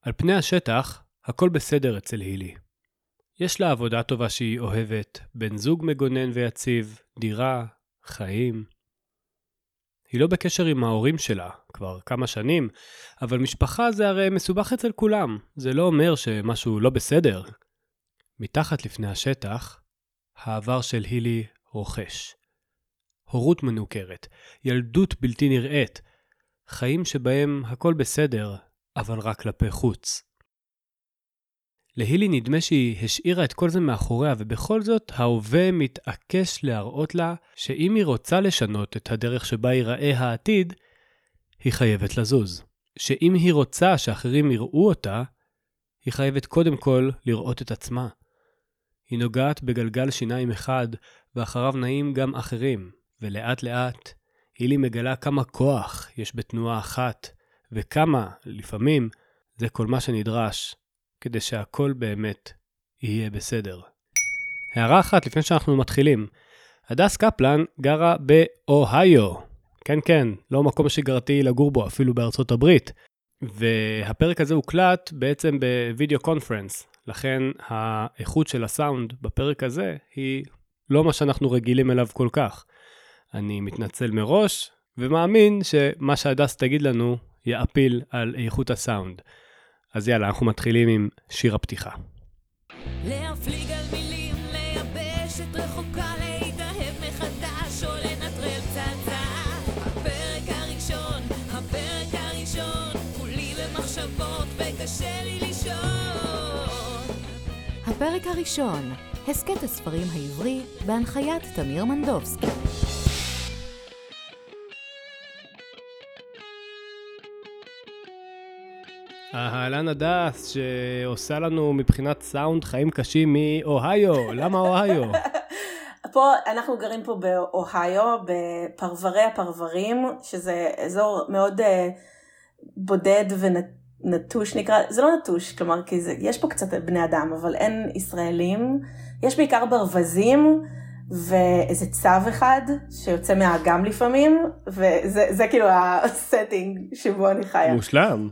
על פני השטח, הכל בסדר אצל הילי. יש לה עבודה טובה שהיא אוהבת, בן זוג מגונן ויציב, דירה, חיים. היא לא בקשר עם ההורים שלה, כבר כמה שנים, אבל משפחה זה הרי מסובך אצל כולם, זה לא אומר שמשהו לא בסדר. מתחת לפני השטח, העבר של הילי רוכש. הורות מנוכרת, ילדות בלתי נראית, חיים שבהם הכל בסדר, אבל רק כלפי חוץ. להילי נדמה שהיא השאירה את כל זה מאחוריה, ובכל זאת ההווה מתעקש להראות לה שאם היא רוצה לשנות את הדרך שבה ייראה העתיד, היא חייבת לזוז. שאם היא רוצה שאחרים יראו אותה, היא חייבת קודם כל לראות את עצמה. היא נוגעת בגלגל שיניים אחד, ואחריו נעים גם אחרים, ולאט לאט הילי מגלה כמה כוח יש בתנועה אחת, וכמה, לפעמים, זה כל מה שנדרש, כדי שהכל באמת יהיה בסדר. הערה אחת לפני שאנחנו מתחילים. הדס קפלן גרה באוהיו. כן, כן, לא מקום שגרתי לגור בו, אפילו בארצות הברית. והפרק הזה הוקלט בעצם בווידאו קונפרנס. לכן האיכות של הסאונד בפרק הזה היא לא מה שאנחנו רגילים אליו כל כך. אני מתנצל מראש ומאמין שמה שהדס תגיד לנו יאפיל על איכות הסאונד. אז יאללה, אנחנו מתחילים עם שיר הפתיחה. להפליג על מילים, לייבשת רחוקה, להתאהב מחדש או לנטרל פצצה. הפרק הראשון, כולי במחשבות וקשה לי לישון. הפרק הראשון, הסקט הספרים העברי בהנחיית תמיר מנדובסקי. אהלן הדס שעושה לנו מבחינת סאונד חיים קשים מאוהיו. למה אוהיו? פה, אנחנו גרים פה באוהיו, בפרברי הפרברים, שזה אזור מאוד בודד ונטוש נקרא, זה לא נטוש, כלומר, כי יש פה קצת בני אדם, אבל אין ישראלים, יש בעיקר ברווזים, ואיזה צב אחד שיוצא מהאגם לפעמים, וזה כאילו הסטינג שבו אני חיה. מושלם.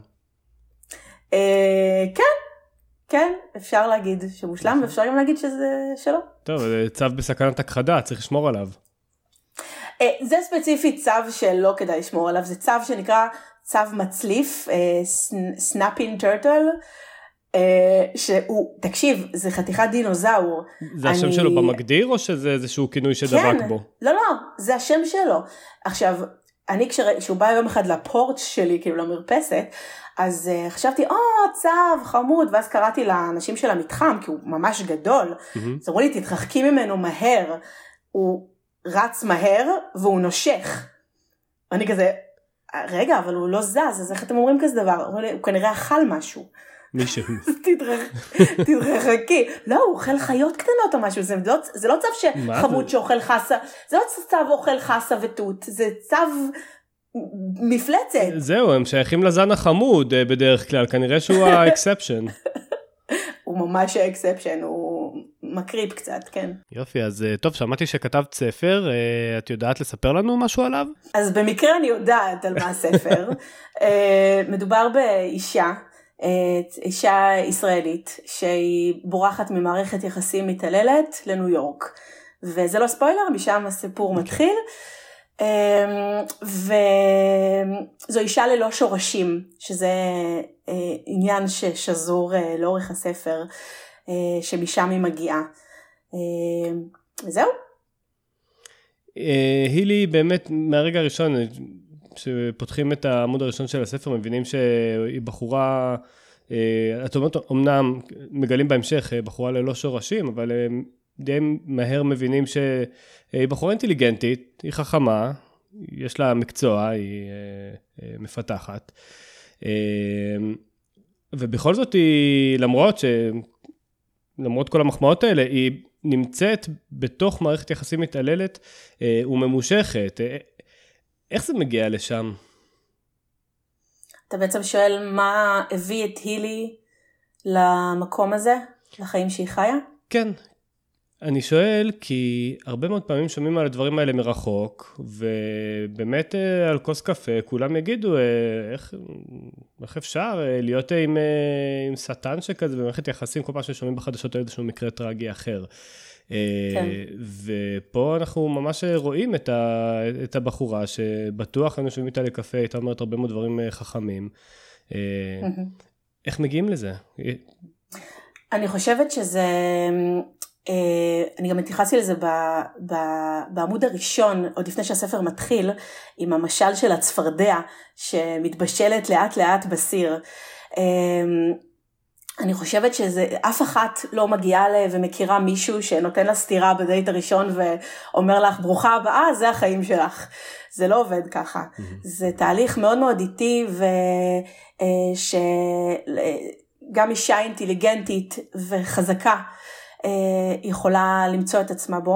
כן, אפשר להגיד שמושלם, ואפשר גם להגיד שזה שלו. טוב, צו בסכנת הכחדה, צריך לשמור עליו. זה ספציפית צו שלא כדאי לשמור עליו, זה צו שנקרא צו מצליף, סנאפינג טרטל, שהוא, תקשיב, זה חתיכת דינוזאור. זה השם שלו במגדיר, או שזה איזשהו כינוי שדבק בו? לא, זה השם שלו. עכשיו, אני כשהוא בא יום אחד לפורץ' שלי, כאילו למרפסת, אז חשבתי, צב, חמוד, ואז קראתי לאנשים של המתחם, כי הוא ממש גדול, אז אמרו לי, תתרחקי ממנו מהר, הוא רץ מהר, והוא נושך. אני כזה, רגע, אבל הוא לא זז, אז איך אתם אומרים כזה דבר? הוא כנראה אכל משהו. מישהו. תתרחקי. לא, הוא אוכל חיות קטנות או משהו, זה לא צב שחמוד שאוכל חסה, זה לא צב אוכל חסה ותות, זה צב מפלצת. זהו, הם שייכים לזן החמוד בדרך כלל, כנראה שהוא האקספשן. הוא ממש האקספשן, הוא מקריב קצת, כן. יופי, אז טוב, שמעתי שכתבת ספר, את יודעת לספר לנו משהו עליו? אז במקרה אני יודעת על מה הספר. מדובר באישה, אישה ישראלית, שהיא בורחת ממערכת יחסים מתעללת לניו יורק. וזה לא ספוילר, משם הסיפור מתחיל. וזו אישה ללא שורשים, שזה עניין ששזור לאורך הספר, שמשם היא מגיעה. וזהו. הילי באמת מהרגע הראשון, שפותחים את העמוד הראשון של הספר, מבינים שהיא בחורה, את אומרת, אמנם מגלים בהמשך בחורה ללא שורשים, אבל די מהר מבינים שהיא בחורה אינטליגנטית, היא חכמה, יש לה מקצוע, היא מפתחת, ובכל זאת היא, למרות כל המחמאות האלה, היא נמצאת בתוך מערכת יחסים מתעללת וממושכת. איך זה מגיע לשם? אתה בעצם שואל מה הביא את הילי למקום הזה, לחיים שהיא חיה? כן. אני שואל כי הרבה מאוד פעמים שומעים על הדברים האלה מרחוק, ובאמת על כוס קפה כולם יגידו איך אפשר להיות עם שטן שכזה במערכת יחסים, כל פעם ששומעים בחדשות איזשהו מקרה טרגי אחר. כן. ופה אנחנו ממש רואים את הבחורה שבטוח היינו שומעים איתה לקפה, הייתה אומרת הרבה מאוד דברים חכמים. איך מגיעים לזה? אני חושבת שזה... אני גם התייחסתי לזה בעמוד הראשון, עוד לפני שהספר מתחיל, עם המשל של הצפרדע שמתבשלת לאט לאט בסיר. אני חושבת אף אחת לא מגיעה ומכירה מישהו שנותן לה סתירה בדייט הראשון ואומר לך ברוכה הבאה, זה החיים שלך. זה לא עובד ככה. זה תהליך מאוד מאוד איטי שגם אישה אינטליגנטית וחזקה יכולה למצוא את עצמה בו,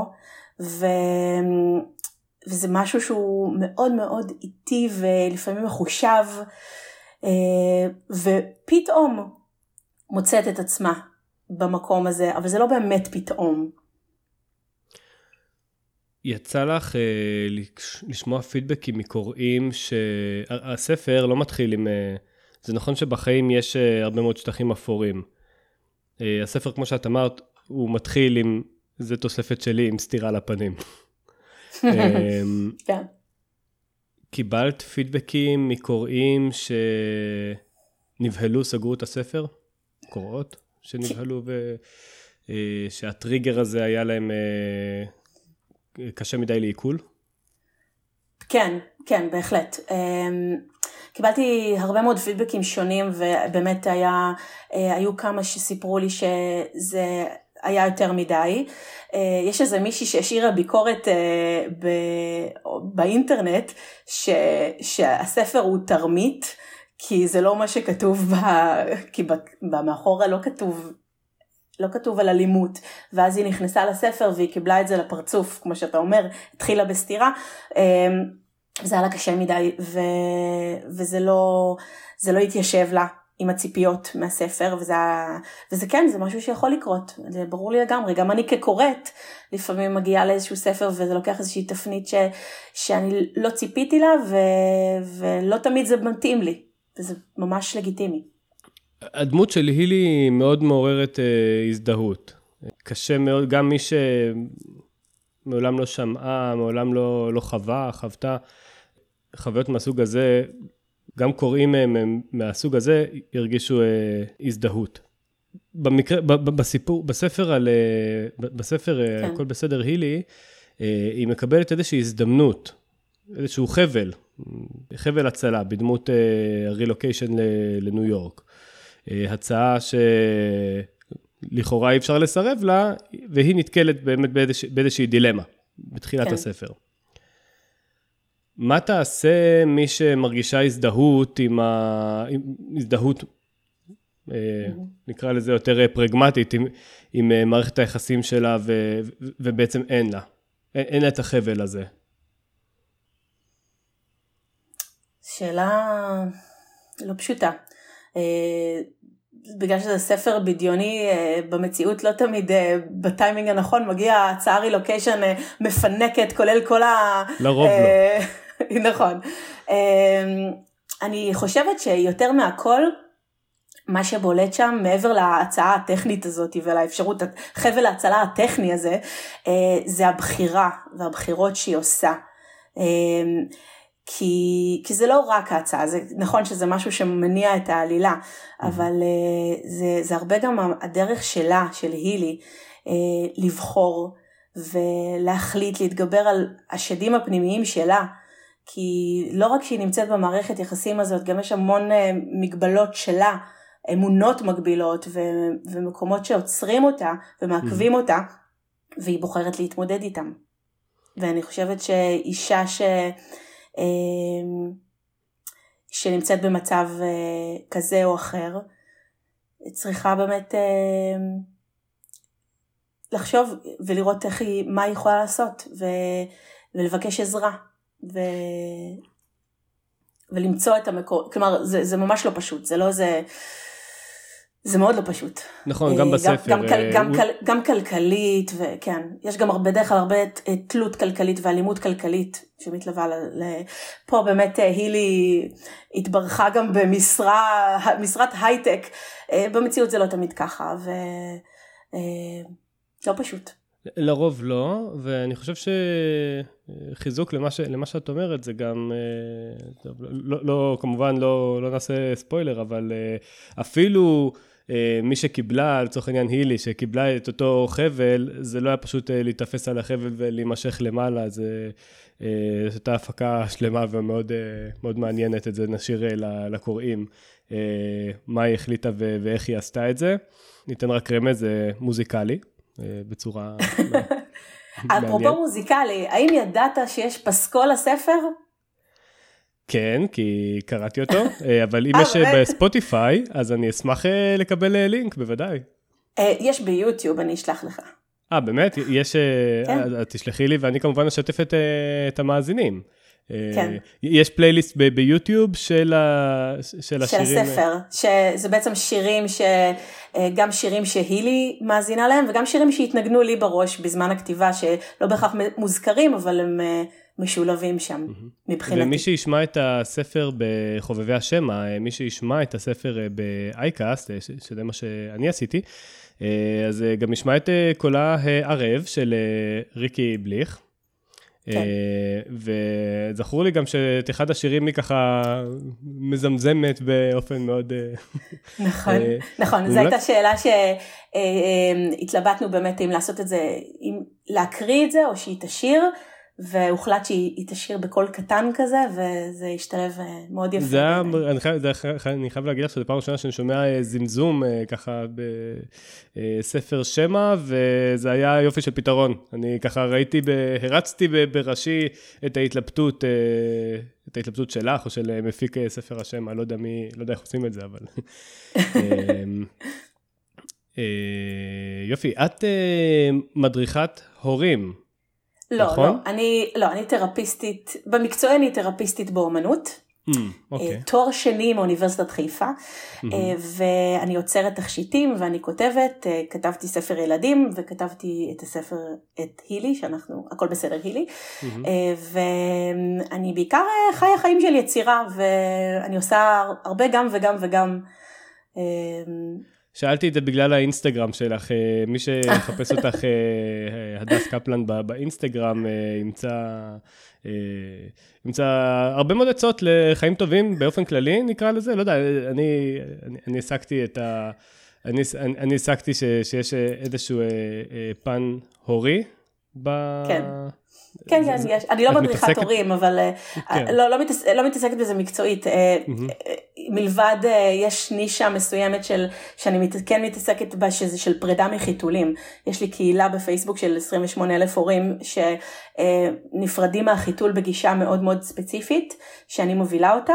וזה משהו שהוא מאוד מאוד איטי ולפעמים מחושב, ופתאום מוצאת את עצמה במקום הזה, אבל זה לא באמת פתאום. יצא לך לשמוע פידבקים מקוראים שהספר לא מתחיל עם... זה נכון שבחיים יש הרבה מאוד שטחים אפורים. הספר, כמו שאת אמרת, הוא מתחיל עם, זה תוספת שלי, עם סתירה לפנים. כן. קיבלת פידבקים מקוראים שנבהלו, סגרו את הספר? קוראות שנבהלו שהטריגר הזה היה להם קשה מדי לעיכול? כן, כן, בהחלט. קיבלתי הרבה מאוד פידבקים שונים, ובאמת היו כמה שסיפרו לי שזה היה יותר מדי. יש איזה מישהי שהשאירה ביקורת באינטרנט, שהספר הוא תרמית, כי זה לא מה שכתוב, כי במאחורה לא כתוב על אלימות, ואז היא נכנסה לספר והיא קיבלה את זה לפרצוף, כמו שאתה אומר, התחילה בסתירה, זה היה לה קשה מדי, וזה לא התיישב לה עם הציפיות מהספר, וזה כן, זה משהו שיכול לקרות, זה ברור לי לגמרי, גם אני כקוראת, לפעמים מגיעה לאיזשהו ספר, וזה לוקח איזושהי תפנית שאני לא ציפיתי לה, ולא תמיד זה מתאים לי, וזה ממש לגיטימי. הדמות של הילי מאוד מעוררת הזדהות, קשה מאוד, גם מי שמעולם לא שמעה, מעולם לא חוותה, חוויות מהסוג הזה, גם קוראים מהסוג הזה, ירגישו הזדהות. בספר כן. הכל בסדר הילי, היא מקבלת איזושהי הזדמנות, איזשהו חבל הצלה, בדמות רילוקיישן לניו יורק. הצעה שלכאורה אי אפשר לסרב לה, והיא נתקלת באמת באיזושהי דילמה, בתחילת הספר. מה תעשה מי שמרגישה הזדהות הזדהות, נקרא לזה יותר פרגמטית, עם מערכת היחסים שלה, ובעצם אין לה את החבל הזה? שאלה לא פשוטה. בגלל שזה ספר בדיוני, במציאות לא תמיד בטיימינג הנכון, מגיע הצעה רילוקיישן מפנקת, כולל כל לרוב לא. נכון. אני חושבת שיותר מהכל, מה שבולט שם, מעבר להצעה הטכנית הזאת, ולאפשרות, חבל ההצלה הטכני הזה, זה הבחירה, והבחירות שהיא עושה. כי זה לא רק ההצעה, זה נכון שזה משהו שמניע את העלילה, אבל זה הרבה גם הדרך שלה, של הילי, לבחור ולהחליט, להתגבר על השדים הפנימיים שלה, כי לא רק שהיא נמצאת במערכת יחסים הזאת, גם יש המון מגבלות שלה, אמונות מגבילות ומקומות שעוצרים אותה ומעכבים אותה, והיא בוחרת להתמודד איתם. ואני חושבת שאישה שנמצאת במצב כזה או אחר, צריכה באמת לחשוב ולראות מה היא יכולה לעשות, ולבקש עזרה, ולמצוא את המקור. כלומר, זה ממש לא פשוט, זה זה מאוד לא פשוט. נכון, גם בספר. גם כלכלית, וכן, יש גם בדרך כלל הרבה תלות כלכלית ואלימות כלכלית שמתלווה פה באמת הילי התברכה גם במשרת הייטק, במציאות זה לא תמיד ככה, ולא פשוט. לרוב לא, ואני חושב שחיזוק למה שאת אומרת, זה גם, לא, כמובן לא נעשה ספוילר, אבל אפילו מי שקיבלה, לצורך העניין הילי, שקיבלה את אותו חבל, זה לא היה פשוט להתאפס על החבל ולהימשך למעלה, זה הייתה הפקה שלמה ומאוד מאוד מעניינת, את זה נשאיר לקוראים, מה היא החליטה ואיך היא עשתה את זה. ניתן רק רמז, זה מוזיקלי. בצורה מעניינת. אפרופו מוזיקלי, האם ידעת שיש פסקול לספר? כן, כי קראתי אותו, אבל אם יש בספוטיפיי, אז אני אשמח לקבל לינק, בוודאי. יש ביוטיוב, אני אשלח לך. באמת? יש, תשלחי לי, ואני כמובן אשתף את המאזינים. כן. יש פלייליסט ביוטיוב של השירים. של הספר, שזה בעצם שירים, גם שירים שהילי מאזינה להם, וגם שירים שהתנגנו לי בראש בזמן הכתיבה, שלא בהכרח מוזכרים, אבל הם משולבים שם, מבחינתי. ומי שישמע את הספר בחובבי השמע, מי שישמע את הספר באייקאסט, שזה מה שאני עשיתי, אז גם ישמע את קולה הערב של ריקי בליך, וזכרו לי גם שאת אחד השירים היא ככה מזמזמת באופן מאוד... נכון, זו הייתה שאלה שהתלבטנו באמת אם לעשות את זה, אם להקריא את זה או שהיא תשיר, והוחלט שהיא תשיר בקול קטן כזה, וזה ישתלב מאוד יפה. אני חייב להגיד לך שזו פעם ראשונה שאני שומע זמזום ככה בספר שמע, וזה היה יופי של פתרון. אני ככה הרצתי בראשי את ההתלבטות שלך, או של מפיק ספר השמע, לא יודע איך עושים את זה, אבל... יופי, את מדריכת הורים. לא, אני תרפיסטית, במקצוע אני תרפיסטית באומנות, תואר שני מאוניברסיטת חיפה, ואני יוצרת תכשיטים ואני כותבת, כתבתי ספר ילדים וכתבתי את הספר, את הילי, שאנחנו, הכל בסדר הילי, ואני בעיקר חיה חיים של יצירה, ואני עושה הרבה גם וגם וגם. שאלתי את זה בגלל האינסטגרם שלך, מי שחפש אותך, הדס קפלן באינסטגרם, ימצא הרבה מאוד עצות לחיים טובים באופן כללי, נקרא לזה, לא יודע, אני הסקתי שיש איזשהו פן הורי, כן, יש. אני לא מדריכת הורים, אבל לא מתעסקת בזה מקצועית. מלבד, יש נישה מסוימת שאני כן מתעסקת בה, שזה של פרידה מחיתולים. יש לי קהילה בפייסבוק של 28,000 הורים, שנפרדים מהחיתול בגישה מאוד מאוד ספציפית, שאני מובילה אותה,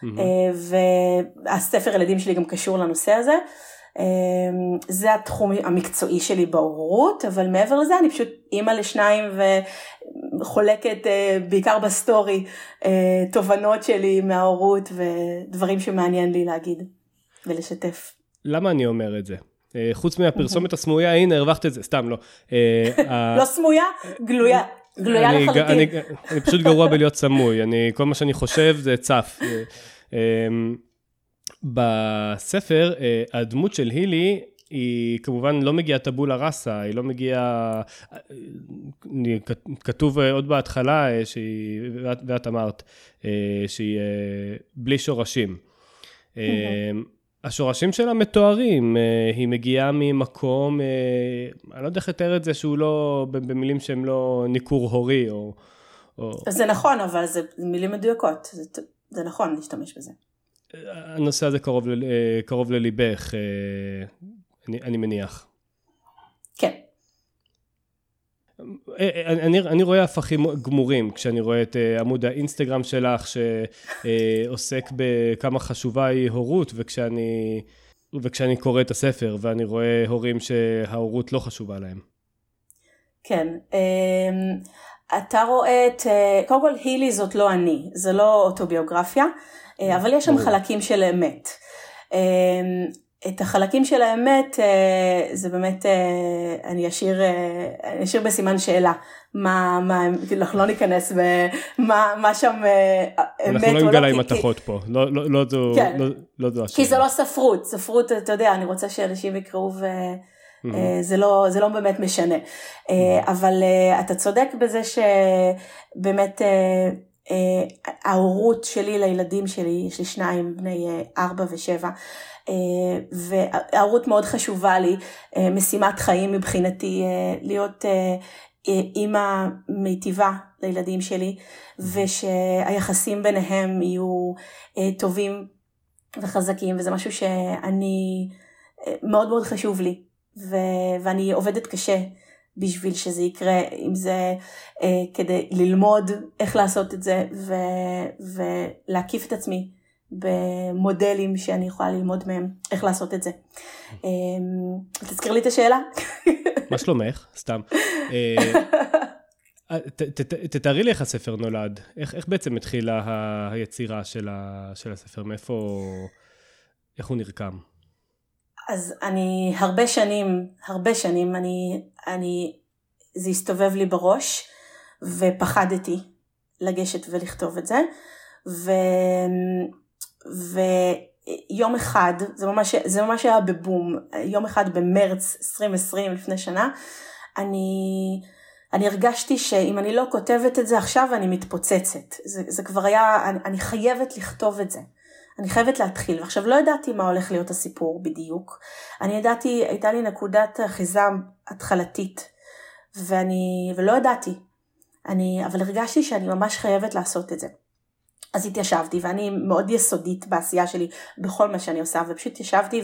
והספר ילדים שלי גם קשור לנושא הזה. זה התחום המקצועי שלי בהורות, אבל מעבר לזה אני פשוט אימא לשניים וחולקת בעיקר בסטורי תובנות שלי מההורות ודברים שמעניין לי להגיד ולשתף. למה אני אומר את זה? חוץ מהפרסומת הסמויה, הנה הרווחת את זה, סתם לא. לא סמויה, גלויה. גלויה לחלוטין. אני פשוט גרוע בלהיות סמוי, כל מה שאני חושב זה צף. בספר, הדמות של הילי היא כמובן לא מגיעה טבולה ראסה, היא לא מגיעה, כתוב עוד בהתחלה, ואת אמרת, שהיא בלי שורשים. השורשים שלה מתוארים, היא מגיעה ממקום, אני לא יודע איך לתאר את זה, שהוא לא, במילים שהם לא ניכור הורי, או... זה נכון, אבל זה מילים מדויקות, זה נכון להשתמש בזה. הנושא הזה קרוב לליבך, אני מניח. כן. אני רואה הפכים גמורים, כשאני רואה את עמוד האינסטגרם שלך, שעוסק בכמה חשובה היא הורות, וכשאני קורא את הספר, ואני רואה הורים שההורות לא חשובה להם. כן. אתה רואה קודם כל הילי זאת לא אני, זה לא אוטוביוגרפיה, אבל יש שם חלקים של אמת. את החלקים של האמת, זה באמת, אני אשאיר בסימן שאלה, אנחנו לא ניכנס במה שם אמת. אנחנו לא נגלה עם מתחות פה, לא זו השאלה. כי זה לא ספרות, ספרות, אתה יודע, אני רוצה שאנשים יקראו זה לא באמת משנה. אבל אתה צודק בזה שבאמת ההורות שלי לילדים שלי, יש לי 2 בני 4 ו7, וההורות מאוד חשובה לי, משימת חיים מבחינתי, להיות אימא מיטיבה לילדים שלי, ושהיחסים ביניהם יהיו טובים וחזקים, וזה משהו שאני מאוד מאוד חשוב לי, ואני עובדת קשה בשביל שזה יקרה, אם זה כדי ללמוד איך לעשות את זה, ולהקיף את עצמי במודלים שאני יכולה ללמוד מהם, איך לעשות את זה. תזכיר לי את השאלה. מה שלומך? סתם. תתארי לי איך הספר נולד. איך בעצם התחילה היצירה של הספר? מאיפה, איך הוא נרקם? אז אני הרבה שנים, זה הסתובב לי בראש, ופחדתי לגשת ולכתוב את זה, ויום אחד, זה ממש היה בבום, יום אחד במרץ 2020 לפני שנה, אני הרגשתי שאם אני לא כותבת את זה עכשיו, אני מתפוצצת. זה כבר היה, אני חייבת לכתוב את זה. אני חייבת להתחיל, ועכשיו לא ידעתי מה הולך להיות הסיפור בדיוק. אני ידעתי, הייתה לי נקודת אחיזה התחלתית, ולא ידעתי. אבל הרגשתי שאני ממש חייבת לעשות את זה. אז התיישבתי, ואני מאוד יסודית בעשייה שלי, בכל מה שאני עושה, ופשוט ישבתי,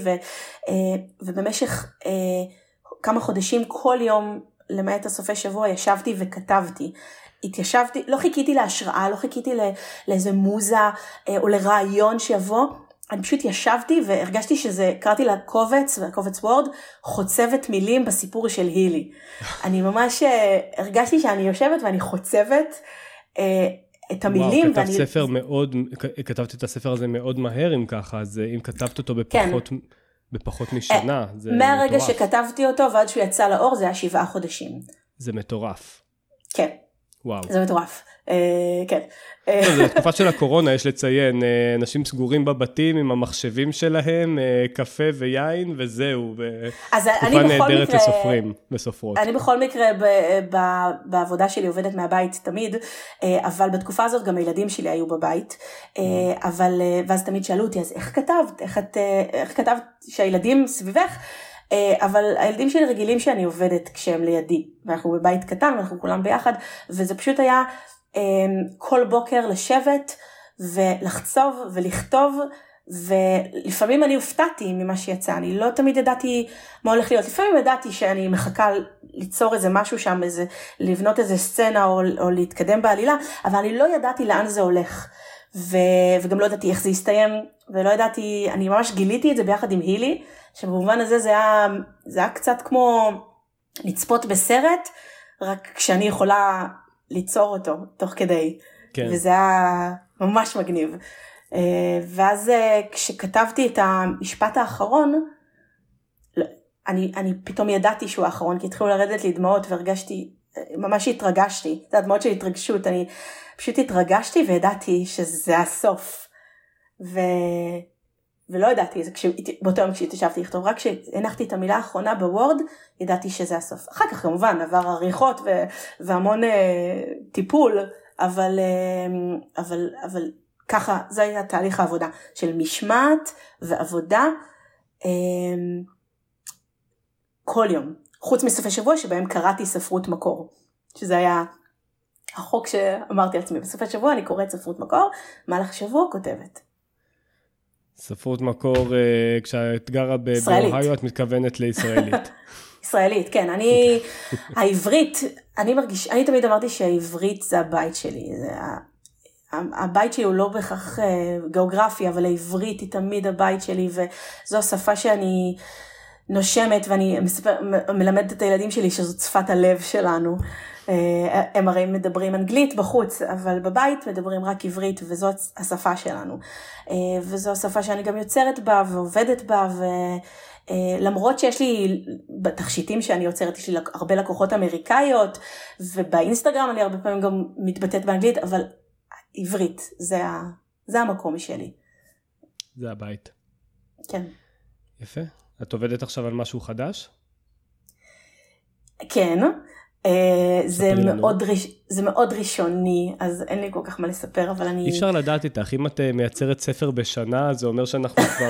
ובמשך כמה חודשים, כל יום, למעט הסופי שבוע, ישבתי וכתבתי. התיישבתי, לא חיכיתי להשראה, לא חיכיתי לאיזה מוזה או לרעיון שיבוא, אני פשוט ישבתי והרגשתי שזה, קראתי לה קובץ, והקובץ וורד, חוצבת מילים בסיפור של הילי. אני ממש הרגשתי שאני יושבת ואני חוצבת את המילים. וואו, כתבת את הספר הזה מאוד מהר אם ככה, אז אם כתבת אותו בפחות משנה, זה מטורף. מהרגע שכתבתי אותו ועד שהוא יצא לאור, זה היה 7 חודשים. זה מטורף. כן. וואו. זה מטורף, כן. זה תקופה של הקורונה, יש לציין, אנשים סגורים בבתים עם המחשבים שלהם, קפה ויין וזהו, תקופה נהדרת לסופרים וסופרות. אני בכל מקרה בעבודה שלי עובדת מהבית תמיד, אבל בתקופה הזאת גם הילדים שלי היו בבית, ואז תמיד שאלו אותי, אז איך כתבת? איך כתבת שהילדים סביבך? אבל הילדים שלי רגילים שאני עובדת כשהם לידי, ואנחנו בבית קטן, ואנחנו כולם ביחד, וזה פשוט היה כל בוקר לשבת, ולחצוב ולכתוב, ולפעמים אני הופתעתי ממה שיצא, אני לא תמיד ידעתי מה הולך להיות, לפעמים ידעתי שאני מחכה ליצור איזה משהו שם, לבנות איזה סצנה, או להתקדם בעלילה, אבל אני לא ידעתי לאן זה הולך, וגם לא ידעתי איך זה יסתיים, ולא ידעתי, אני ממש גיליתי את זה ביחד עם הילי, שבמובן הזה זה היה קצת כמו לצפות בסרט, רק כשאני יכולה ליצור אותו תוך כדי, כן. וזה היה ממש מגניב. ואז כשכתבתי את המשפט האחרון, אני פתאום ידעתי שהוא האחרון, כי התחילו לרדת לי דמעות והרגשתי, ממש התרגשתי, זה הדמעות של התרגשות, אני פשוט התרגשתי וידעתי שזה הסוף. ולא ידעתי, באותו יום כשהתיישבתי לכתוב, רק כשהנחתי את המילה האחרונה בוורד, ידעתי שזה הסוף. אחר כך כמובן עבר עריכות והמון טיפול, אבל ככה, זה היה תהליך העבודה של משמעת ועבודה כל יום. חוץ מסופי שבוע שבהם קראתי ספרות מקור, שזה היה החוק שאמרתי לעצמי, בסופי שבוע אני קוראת ספרות מקור, מהלך שבוע כותבת. ספרות מקור, כשאת גרה באוהיו, את מתכוונת לישראלית. ישראלית, כן. העברית, אני תמיד אמרתי שהעברית זה הבית שלי. הבית שלי הוא לא בכך גיאוגרפי, אבל העברית היא תמיד הבית שלי, וזו השפה שאני נושמת, ואני מלמדת את הילדים שלי שזו שפת הלב שלנו. הם הרי מדברים אנגלית בחוץ, אבל בבית מדברים רק עברית, וזו השפה שלנו. וזו השפה שאני גם יוצרת בה ועובדת בה, למרות שיש לי בתכשיטים שאני יוצרת, יש לי הרבה לקוחות אמריקאיות, ובאינסטגרם אני הרבה פעמים גם מתבטאת באנגלית, אבל עברית, זה המקום שלי. זה הבית. כן. יפה. את עובדת עכשיו על משהו חדש? כן. זה מאוד ראשוני, אז אין לי כל כך מה לספר, אבל אני... אי אפשר לדעת איתך, אם את מייצרת ספר בשנה, זה אומר שאנחנו כבר...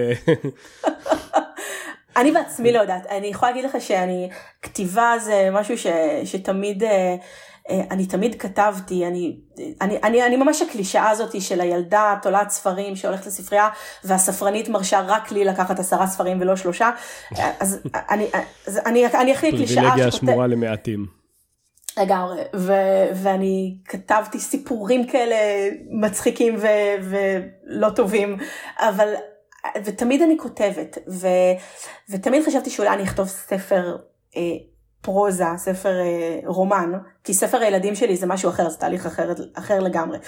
אני בעצמי לא יודעת, אני יכולה להגיד לך כתיבה זה משהו שתמיד, אני תמיד כתבתי, אני ממש הקלישאה הזאת של הילדה תולעת ספרים שהולכת לספרייה, והספרנית מרשה רק לי לקחת 10 ספרים ולא 3, אז אני הכי קלישאה פריבילגיה שמורה למעטים. לגמרי, ואני כתבתי סיפורים כאלה מצחיקים ולא טובים, אבל... ותמיד אני כותבת, ותמיד חשבתי שאולי אני אכתוב ספר פרוזה, ספר רומן, כי ספר הילדים שלי זה משהו אחר, זה תהליך אחר לגמרי.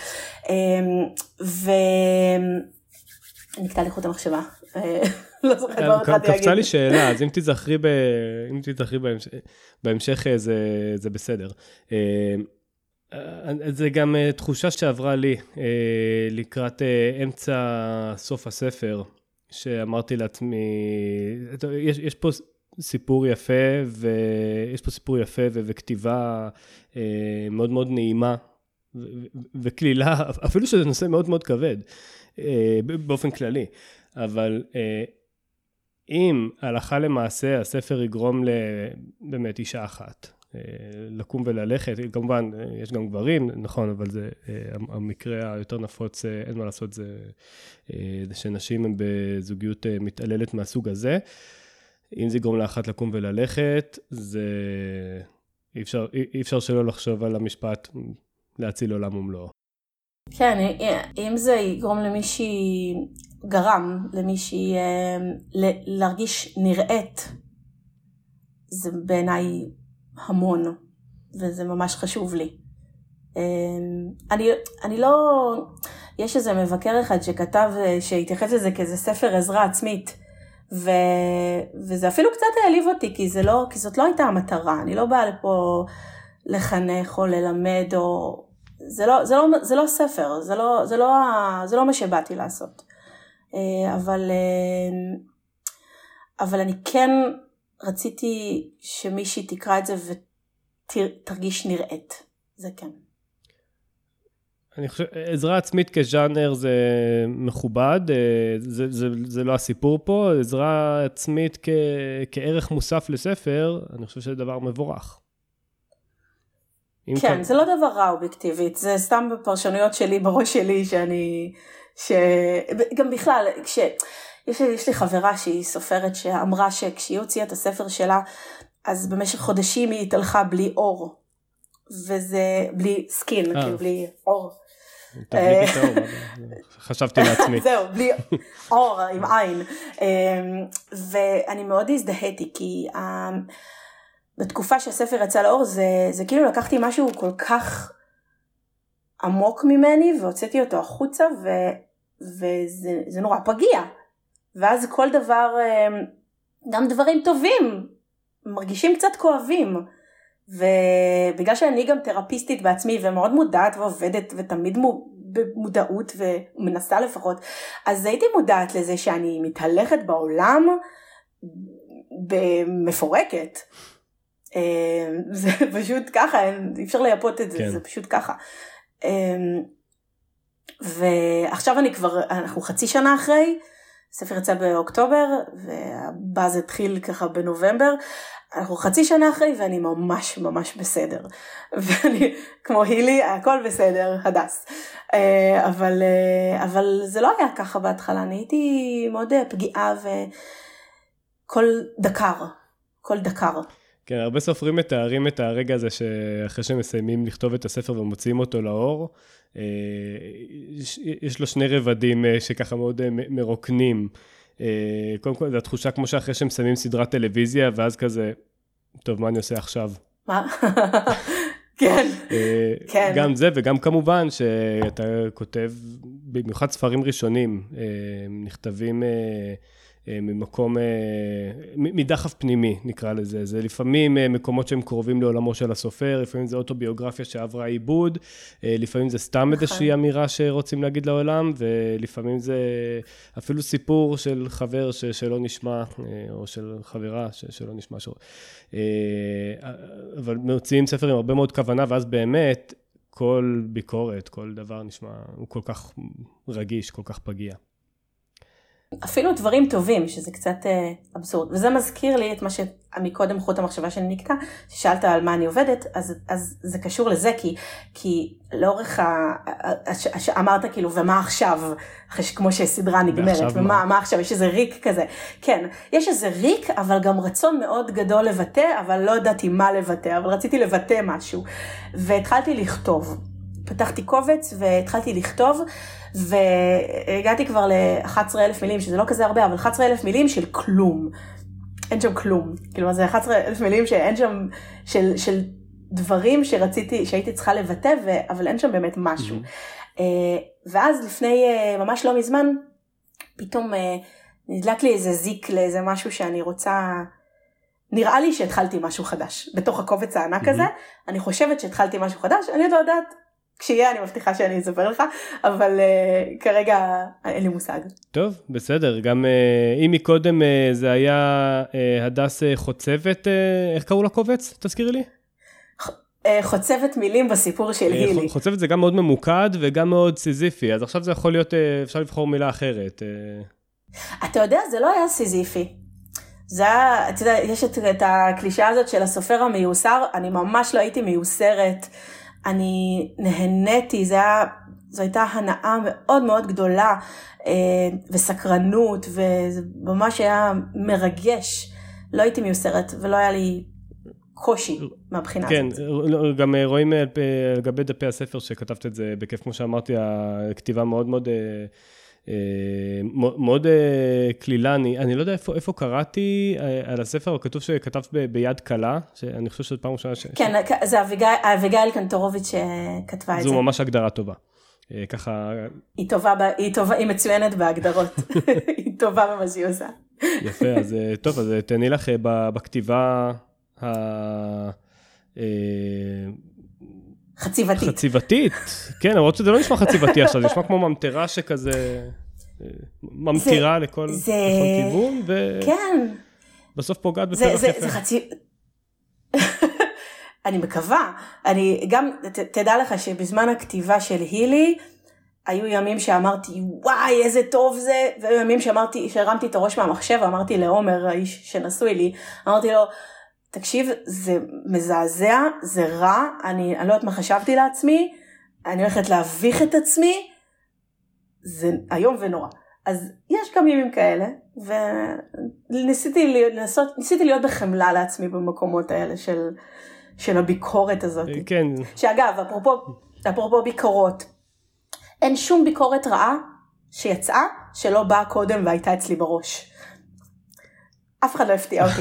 נקטע לי חוט המחשבה, לא זוכרת מה אותך להגיד. קפצה לי שאלה, אז אם תזכרי בהמשך זה בסדר. זה גם תחושה שעברה לי לקראת אמצע סוף הספר, שאמרתי לעצמי, יש פה סיפור יפה, וכתיבה מאוד מאוד נעימה, וכלילה, אפילו שזה נושא מאוד מאוד כבד, באופן כללי, אבל אם הלכה למעשה הספר יגרום באמת אישה אחת, לקום וללכת, כמובן יש גם גברים, נכון, אבל זה המקרה היותר נפוץ, אין מה לעשות, זה שנשים הן בזוגיות מתעללת מהסוג הזה, אם זה יגרום לאחת לקום וללכת, זה אי אפשר שלא לחשוב על המשפט להציל עולם ומלואו. כן, אם זה יגרום למישהי להרגיש נראית, זה בעיניי המון, וזה ממש חשוב לי. אני לא, יש איזה מבקר אחד שכתב, שהתייחס לזה כאיזה ספר עזרה עצמית, וזה אפילו קצת העליב אותי, כי זאת לא הייתה המטרה, אני לא באה לפה לחנך או ללמד, או, זה לא ספר, זה לא מה שבאתי לעשות. אבל אני כן רציתי שמישהי תקרא את זה ותרגיש נראית, זה כן. אני חושב, עזרה עצמית כז'אנר זה מכובד, זה לא הסיפור פה, עזרה עצמית כערך מוסף לספר, אני חושב שזה דבר מבורך. כן, זה לא דבר רע אובייקטיבית, זה סתם בפרשנויות שלי, בראש שלי, גם בכלל, יש לי חברה שהיא סופרת שאמרה שכשהיא הוציאה את הספר שלה, אז במשך חודשים היא התהלכה בלי אור, וזה בלי סקין, כאילו בלי אור. תבליג את האור, חשבתי לעצמי. זהו, בלי אור עם עין. ואני מאוד הזדהיתי, כי בתקופה שהספר יצא לאור, זה כאילו לקחתי משהו כל כך עמוק ממני, והוצאתי אותו החוצה, וזה נורא פגיע. ואז כל דבר, גם דברים טובים, מרגישים קצת כואבים. ובגלל שאני גם תרפיסטית בעצמי, ומאוד מודעת ועובדת, ותמיד במודעות, ומנסה לפחות, אז הייתי מודעת לזה שאני מתהלכת בעולם, במפורקת. זה פשוט ככה, אי אפשר לייפות את זה, כן. זה פשוט ככה. ועכשיו אנחנו חצי שנה אחרי, הספר יצא באוקטובר, והבאז התחיל ככה בנובמבר, אנחנו חצי שנה אחרי, ואני ממש ממש בסדר. ואני, כמו הילי, הכל בסדר, הדס. אבל זה לא היה ככה בהתחלה, אני הייתי מאוד פגיעה, וכל דקר. כן, הרבה סופרים מתארים את הרגע הזה, שאחרי שהם מסיימים לכתוב את הספר ומוציאים אותו לאור, יש לו שני רבדים שככה מאוד מרוקנים. קודם כל, זו התחושה כמו שאחרי שהם מסיימים סדרת טלוויזיה, ואז כזה, טוב, מה אני עושה עכשיו? מה? כן, כן. גם זה, וגם כמובן שאתה כותב, במיוחד ספרים ראשונים, נכתבים ממקום, מדחף פנימי, נקרא לזה. זה לפעמים מקומות שהם קרובים לעולמו של הסופר, לפעמים זה אוטוביוגרפיה שעברה עיבוד, לפעמים זה סתם איזושהי אמירה שרוצים להגיד לעולם, ולפעמים זה אפילו סיפור של חבר שלא נשמע, או של חברה שלא נשמע. אבל מוציאים ספר עם הרבה מאוד כוונה, ואז באמת כל ביקורת, כל דבר נשמע, הוא כל כך רגיש, כל כך פגיע. אפילו דברים טובים, שזה קצת אבסורד. וזה מזכיר לי את מה שמקודם חוט המחשבה שאני נקטע, ששאלת על מה אני עובדת, אז זה קשור לזה, כי לאורך אמרת כאילו, ומה עכשיו, כמו שסדרה נגמרת, ומה עכשיו, יש איזה ריק כזה. כן, יש איזה ריק, אבל גם רצון מאוד גדול לבטא, אבל לא ידעתי מה לבטא, אבל רציתי לבטא משהו. והתחלתי לכתוב. פתחתי קובץ והתחלתי לכתוב, והגעתי כבר ל-11,000 מילים, שזה לא כזה הרבה, אבל 11,000 מילים של כלום. אין שם כלום. כאילו, זה 11,000 מילים שאין שם, של דברים שהייתי צריכה לבטא, אבל אין שם באמת משהו. ואז לפני, ממש לא מזמן, פתאום נדלק לי איזה זיק לאיזה משהו שאני רוצה, נראה לי שהתחלתי משהו חדש. בתוך הקובץ הענק הזה, אני חושבת שהתחלתי משהו חדש, אני לא יודעת, כשיהיה אני מבטיחה שאני אספר לך, אבל כרגע אין לי מושג. טוב, בסדר. גם אם מקודם זה היה הדס חוצבת, איך קראו לקובץ? תזכירי לי. חוצבת מילים בסיפור של הילי. חוצבת זה גם מאוד ממוקד וגם מאוד סיזיפי, אז עכשיו זה יכול להיות, אפשר לבחור מילה אחרת. אתה יודע, זה לא היה סיזיפי. זה היה, אתה יודע, יש את הקלישה הזאת של הסופר המיוסר, אני ממש לא הייתי מיוסרת, אני נהניתי, זו הייתה הנאה מאוד מאוד גדולה, וסקרנות, וזה ממש היה מרגש. לא הייתי מיוסרת, ולא היה לי קושי מהבחינה הזאת. כן, גם רואים על גבי דפי הספר שכתבת את זה בכיף, כמו שאמרתי, הכתיבה מאוד מאוד מאוד כלילה. אני לא יודע איפה קראתי על הספר, או כתוב שכתבת ביד קלה, שאני חושב שזאת פעם ראשונה כן, זה אביגיל קנטורוביץ' שכתבה את זה. זו ממש הגדרה טובה. ככה... היא טובה, היא מצוינת בהגדרות. היא טובה במה שהיא עושה. יפה, אז טוב, אז תעני לך בכתיבה חציבתית, כן, למרות שזה לא נשמע חציבתי עכשיו, זה נשמע כמו ממטרה שכזה, ממטירה לכל כיוון, ובסוף פוגעת בפרח יפה. אני מקווה, אני גם, תדע לך שבזמן הכתיבה של הילי, היו ימים שאמרתי, וואי, איזה טוב זה, והיו ימים שהרמתי את הראש מהמחשב, ואמרתי לעומר, האיש שנשוי לי, אמרתי לו, תקשיב, זה מזעזע, זה רע, אני לא יודעת מה חשבתי לעצמי, אני הולכת להביך את עצמי, זה היום ונורא. אז יש גם ימים כאלה, וניסיתי להיות בחמלה לעצמי במקומות האלה של הביקורת הזאת. כן. שאגב, אפרופו ביקורות, אין שום ביקורת רעה שיצאה שלא באה קודם והייתה אצלי בראש. אף אחד לא הפתיע אותי.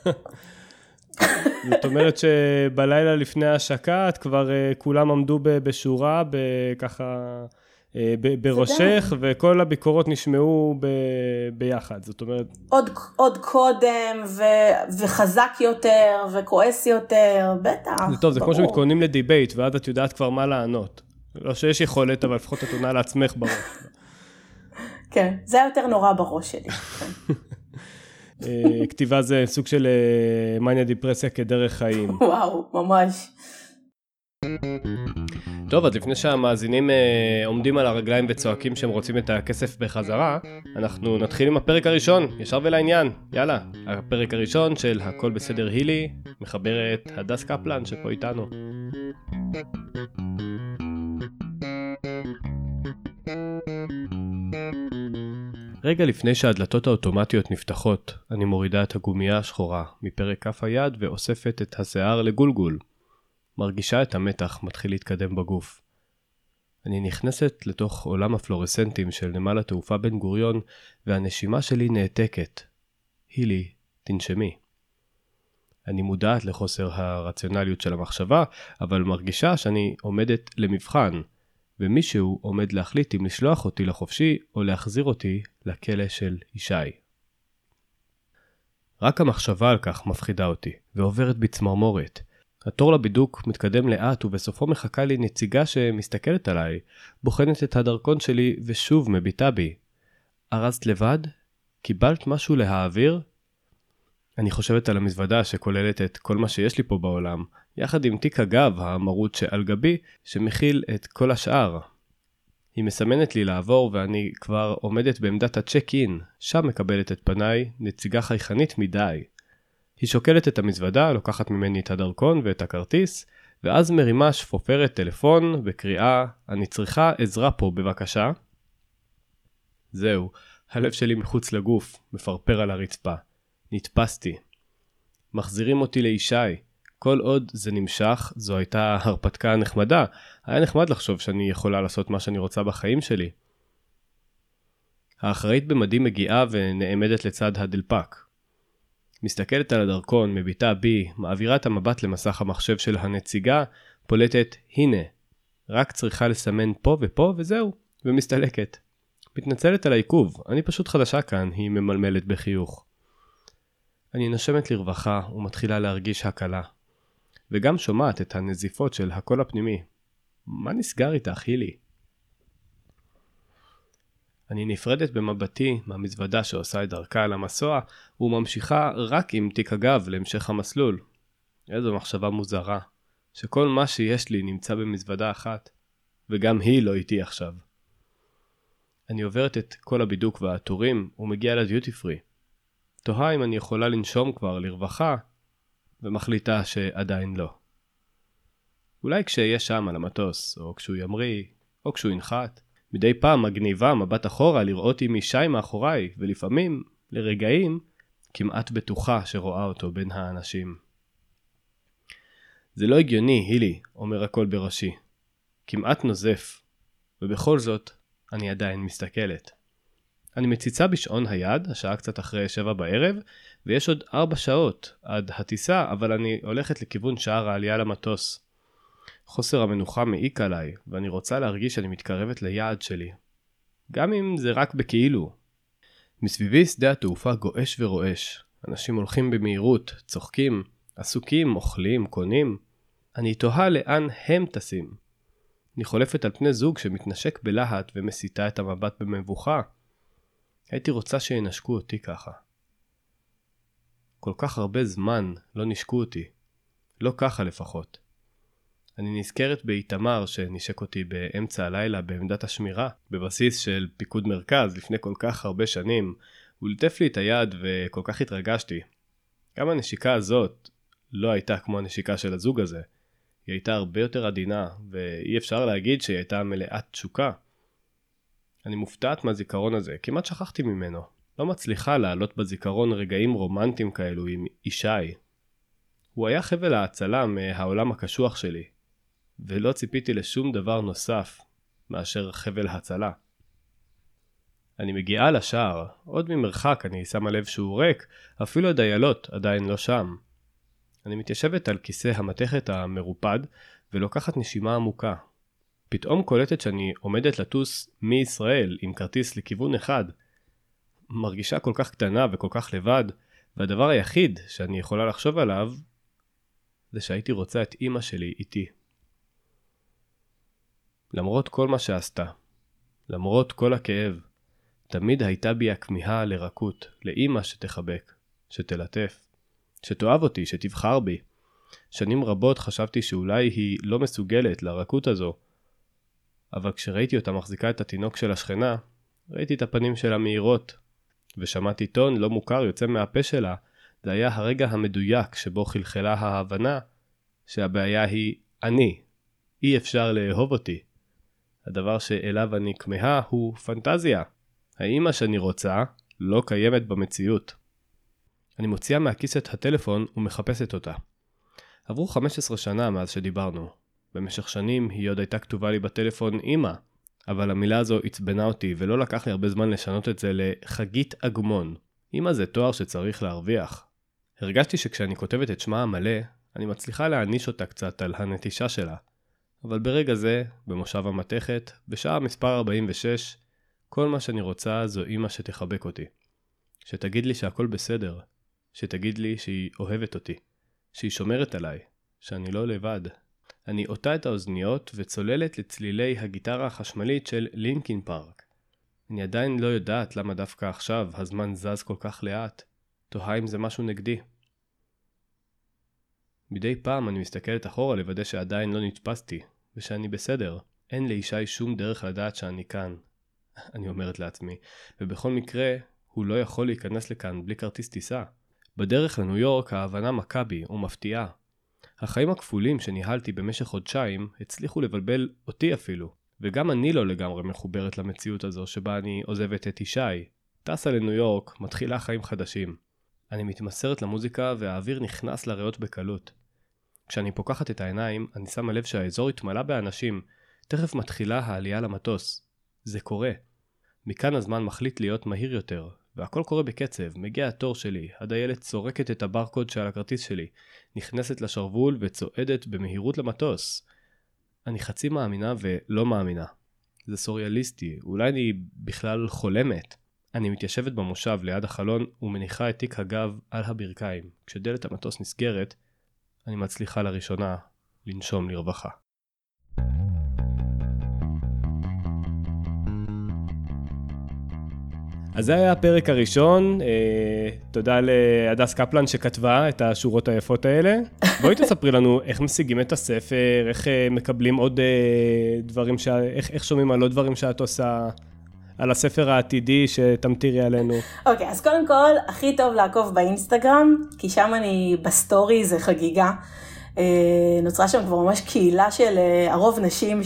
זאת אומרת שבלילה לפני ההשקה, את כבר כולם עמדו בשורה, ככה בראשך, וכל הביקורות נשמעו ביחד. זאת אומרת... עוד קודם, וחזק יותר, וכועס יותר, בטח. זה טוב, זה כמו שמתכוננים לדיבייט, ואז את יודעת כבר מה לענות. לא שיש יכולת, אבל לפחות את עונה לעצמך בראש. כן, זה היה יותר נורא בראש שלי. כתיבה זה סוג של מניה דיפרסיה כדרך חיים. וואו, ממש. טוב, אז לפני שהמאזינים עומדים על הרגליים וצועקים שהם רוצים את הכסף בחזרה, אנחנו נתחיל עם הפרק הראשון, ישר ולעניין. יאללה, הפרק הראשון של הכל בסדר הילי, מחברת הדס קפלן שפה איתנו. רגע לפני שהדלתות האוטומטיות נפתחות, אני מורידה את הגומייה השחורה מפרק כף היד ואוספת את השיער לגולגול. מרגישה את המתח מתחיל להתקדם בגוף. אני נכנסת לתוך עולם הפלורסנטים של נמל התעופה בן גוריון, והנשימה שלי נעתקת. הילי, תנשמי. אני מודעת לחוסר הרציונליות של המחשבה, אבל מרגישה שאני עומדת למבחן, ומישהו עומד להחליט אם לשלוח אותי לחופשי או להחזיר אותי לכלא של ישי. רק המחשבה על כך מפחידה אותי, ועוברת בצמרמורת. התור לבידוק מתקדם לאט, ובסופו מחכה לי נציגה שמסתכלת עליי, בוחנת את הדרכון שלי ושוב מביטה בי. ארזת לבד? קיבלת משהו להעביר? אני חושבת על המזוודה שכוללת את כל מה שיש לי פה בעולם, יחד עם תיק הגב המרוט שעל גבי, שמכיל את כל השאר. היא מסמנת לי לעבור ואני כבר עומדת בעמדת הצ'ק-אין, שם מקבלת את פניי נציגה חייכנית מדי. היא שוקלת את המזוודה, לוקחת ממני את הדרכון ואת הכרטיס, ואז מרימה שפופרת טלפון בקריאה, אני צריכה עזרה פה בבקשה. זהו, הלב שלי מחוץ לגוף, מפרפר על הרצפה. נתפסתי. מחזירים אותי לישי. כל עוד זה נמשך, זו הייתה הרפתקה נחמדה. היה נחמד לחשוב שאני יכולה לעשות מה שאני רוצה בחיים שלי. האחראית במדים מגיעה ונעמדת לצד הדלפק. מסתכלת על הדרכון, מביטה בי, מעבירה את המבט למסך המחשב של הנציגה, פולטת, הנה, רק צריכה לסמן פה ופה וזהו, ומסתלקת. מתנצלת על העיכוב, אני פשוט חדשה כאן, היא ממלמלת בחיוך. אני נשמת לרווחה ומתחילה להרגיש הקלה. וגם שומעת את הנזיפות של הקול הפנימי. מה נסגר איתך, הילי? אני נפרדת במבטי מהמזוודה שעושה את דרכה על המסוע, וממשיכה רק עם תיק הגב להמשך המסלול. איזו מחשבה מוזרה, שכל מה שיש לי נמצא במזוודה אחת, וגם היא לא איתי עכשיו. אני עוברת את כל הבידוק והטורים ומגיעה לדיוטי פרי. תוהה אם אני יכולה לנשום כבר לרווחה, ומחליטה שעדיין לא. אולי כשאהיה שם על המטוס, או כשהוא ימריא, או כשהוא ינחת, מדי פעם מגניבה מבט אחורה לראות אם ישי מאחוריי, ולפעמים, לרגעים, כמעט בטוחה שרואה אותו בין האנשים. זה לא הגיוני, הילי, אומר הכל בראשי. כמעט נוזף, ובכל זאת, אני עדיין מסתכלת. אני מציצה בשעון היד, השעה קצת אחרי 7 בערב, ויש עוד 4 שעות עד הטיסה, אבל אני הולכת לכיוון שער העלייה למטוס. חוסר המנוחה מעיק עליי, ואני רוצה להרגיש שאני מתקרבת ליעד שלי. גם אם זה רק בכאילו. מסביבי שדה התעופה גועש ורועש. אנשים הולכים במהירות, צוחקים, עסוקים, אוכלים, קונים. אני תוהה לאן הם טסים. אני חולפת על פני זוג שמתנשק בלהט ומסיתה את המבט במבוכה. הייתי רוצה שינשקו אותי ככה. כל כך הרבה זמן לא נשקו אותי. לא ככה לפחות. אני נזכרת באיתמר שנשק אותי באמצע הלילה בעמדת השמירה, בבסיס של פיקוד מרכז לפני כל כך הרבה שנים. הוא ליטף לי את היד וכל כך התרגשתי. גם הנשיקה הזאת לא הייתה כמו הנשיקה של הזוג הזה. היא הייתה הרבה יותר עדינה, ואי אפשר להגיד שהיא הייתה מלאת תשוקה. אני מופתעת מהזיכרון הזה, כמעט שכחתי ממנו. לא מצליחה לעלות בזיכרון רגעים רומנטיים כאלו עם ישי. הוא היה חבל ההצלה מהעולם הקשוח שלי, ולא ציפיתי לשום דבר נוסף מאשר חבל הצלה. אני מגיעה לשער, עוד ממרחק אני שמה לב שהוא ריק, אפילו הדיילות עדיין לא שם. אני מתיישבת על כיסא המתכת המרופד ולוקחת נשימה עמוקה. פתאום קולטת שאני עומדת לטוס מישראל עם כרטיס לכיוון אחד. מרגישה כל כך קטנה וכל כך לבד, והדבר היחיד שאני יכולה לחשוב עליו זה שהייתי רוצה את אמא שלי איתי. למרות כל מה שעשתה, למרות כל הכאב, תמיד הייתה בי הכמיהה לרקות, לאמא שתחבק, שתלטף, שתאהב אותי, שתבחר בי. שנים רבות חשבתי שאולי היא לא מסוגלת לרקות הזו, אבל כשראיתי אותה מחזיקה את התינוק של השכנה, ראיתי את הפנים שלה מהירות, ושמעתי טון לא מוכר יוצא מהפה שלה. זה היה הרגע המדויק שבו חלחלה ההבנה שהבעיה היא אני. אי אפשר לאהוב אותי. הדבר שאליו אני כמהה הוא פנטזיה. האמא שאני רוצה לא קיימת במציאות. אני מוציאה מהכיס את הטלפון ומחפשת אותה. עברו 15 שנה מאז שדיברנו. במשך שנים היא עוד הייתה כתובה לי בטלפון אמא, אבל המילה הזו עצבנה אותי ולא לקח לי הרבה זמן לשנות את זה לחגית אגמון. אמא זה תואר שצריך להרוויח. הרגשתי שכשאני כותבת את שמה המלא, אני מצליחה להעניש אותה קצת על הנטישה שלה. אבל ברגע זה, במושב המתכת, בשעה מספר 46, כל מה שאני רוצה זו אמא שתחבק אותי. שתגיד לי שהכל בסדר. שתגיד לי שהיא אוהבת אותי. שהיא שומרת עליי. שאני לא לבד. אני עוטה את האוזניות וצוללת לצלילי הגיטרה החשמלית של לינקין פארק. אני עדיין לא יודעת למה דווקא עכשיו הזמן זז כל כך לאט. תוהה אם זה משהו נגדי. מדי פעם אני מסתכלת אחורה לוודא שעדיין לא נתפסתי, ושאני בסדר. אין לישי שום דרך לדעת שאני כאן. אני אומרת לעצמי, ובכל מקרה, הוא לא יכול להיכנס לכאן בלי כרטיס טיסה. בדרך לניו יורק ההבנה מכה בי ומפתיעה. החיים הכפולים שניהלתי במשך חודשיים הצליחו לבלבל אותי אפילו, וגם אני לא לגמרי מחוברת למציאות הזו שבה אני עוזבת את ישי. טסה לניו יורק, מתחילה חיים חדשים. אני מתמסרת למוזיקה והאוויר נכנס לריאות בקלות. כשאני פוקחת את העיניים, אני שמה לב שהאזור התמלא באנשים. תכף מתחילה העלייה למטוס. זה קורה. מכאן הזמן מחליט להיות מהיר יותר, והכל קורה בקצב. מגיע התור שלי, הדיילת צורקת את הברקוד שעל הכרטיס שלי, נכנסת לשרוול וצועדת במהירות למטוס. אני חצי מאמינה ולא מאמינה. זה סוריאליסטי, אולי אני בכלל חולמת. אני מתיישבת במושב ליד החלון ומניחה את תיק הגב על הברכיים. כשדלת המטוס נסגרת, אני מצליחה לראשונה לנשום לרווחה. אז זה היה הפרק הראשון. תודה להדס קפלן שכתבה את השורות היפות האלה. בואי תספרי לנו איך משיגים את הספר, איך מקבלים עוד דברים, איך שומעים על עוד דברים שאת עושה, על הספר העתידי שתמתירי עלינו. אוקיי, אז קודם כל, הכי טוב לעקוב באינסטגרם, כי שם אני בסטורי, זה חגיגה. נוצרה שם כבר ממש קהילה של הרוב נשים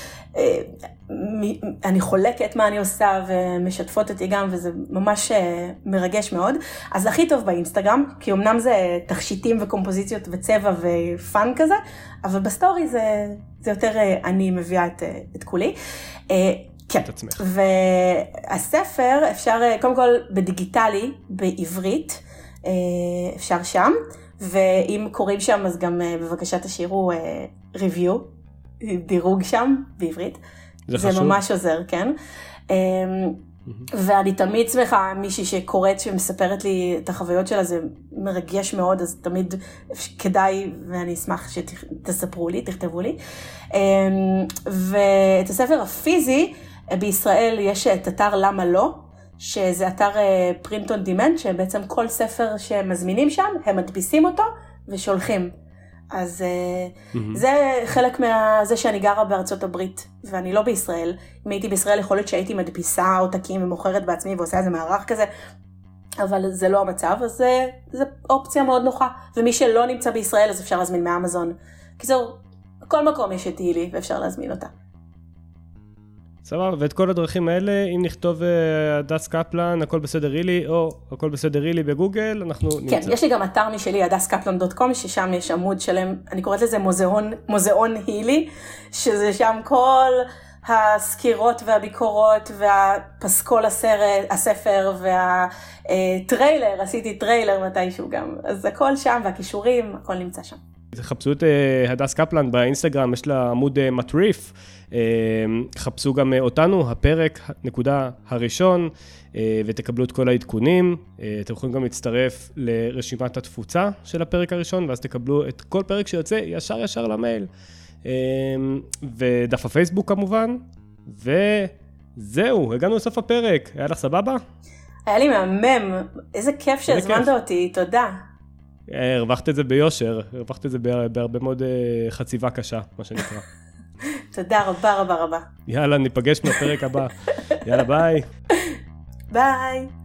אני חולקת מה אני עושה ומשתפות אותי גם, וזה ממש מרגש מאוד. אז הכי טוב באינסטגרם, כי אמנם זה תכשיטים וקומפוזיציות וצבע ופן כזה, אבל בסטורי זה יותר אני מביאה את כולי. כן, והספר אפשר קודם כל בדיגיטלי, בעברית, אפשר שם, ואם קוראים שם אז גם בבקשה תשאירו ריוויו, דירוג שם בעברית. זה ממש עוזר, כן. ואני תמיד שמחה, מישהי שקוראת שמספרת לי את החוויות שלה, זה מרגש מאוד, אז תמיד כדאי, ואני אשמח שתספרו לי, תכתבו לי. ואת הספר הפיזי, בישראל יש את אתר למה לא, שזה אתר print on demand, שבעצם כל ספר שמזמינים שם, הם מדפיסים אותו ושולחים. אז זה חלק זה שאני גרה בארצות הברית, ואני לא בישראל. אם הייתי בישראל, יכול להיות שהייתי מדפיסה עותקים ומוכרת בעצמי, ועושה איזה מערך כזה, אבל זה לא המצב, אז זה אופציה מאוד נוחה. ומי שלא נמצא בישראל, אז אפשר להזמין מאמזון. כי זהו, כל מקום יש את הילי, ואפשר להזמין אותה. סבבה, ואת כל הדרכים האלה, אם נכתוב הדס קפלן, הכל בסדר הילי, או הכל בסדר הילי בגוגל, אנחנו נמצא. כן, יש לי גם אתר משלי, adascaplan.com, ששם יש עמוד שלם, אני קוראת לזה מוזיאון הילי, שזה שם כל הסקירות והביקורות, והפסקול הספר, והטריילר, עשיתי טריילר מתישהו גם, אז הכל שם, והכישורים, הכל נמצא שם. חפשו את הדס קפלן באינסטגרם, יש לה עמוד מטריף, חפשו גם אותנו, הפרק נקודה הראשון, ותקבלו את כל העדכונים. אתם יכולים גם להצטרף לרשימת התפוצה של הפרק הראשון, ואז תקבלו את כל פרק שיוצא ישר למייל, ודף הפייסבוק כמובן, וזהו, הגענו לסוף הפרק. היה לך סבבה? היה לי מהמם, איזה כיף שהזמנת אותי, תודה. הרווחת את זה ביושר, הרווחת את זה בהרבה מאוד חציבה קשה, מה שנקרא. תודה רבה רבה רבה. יאללה, ניפגש בפרק הבא. יאללה, ביי. ביי.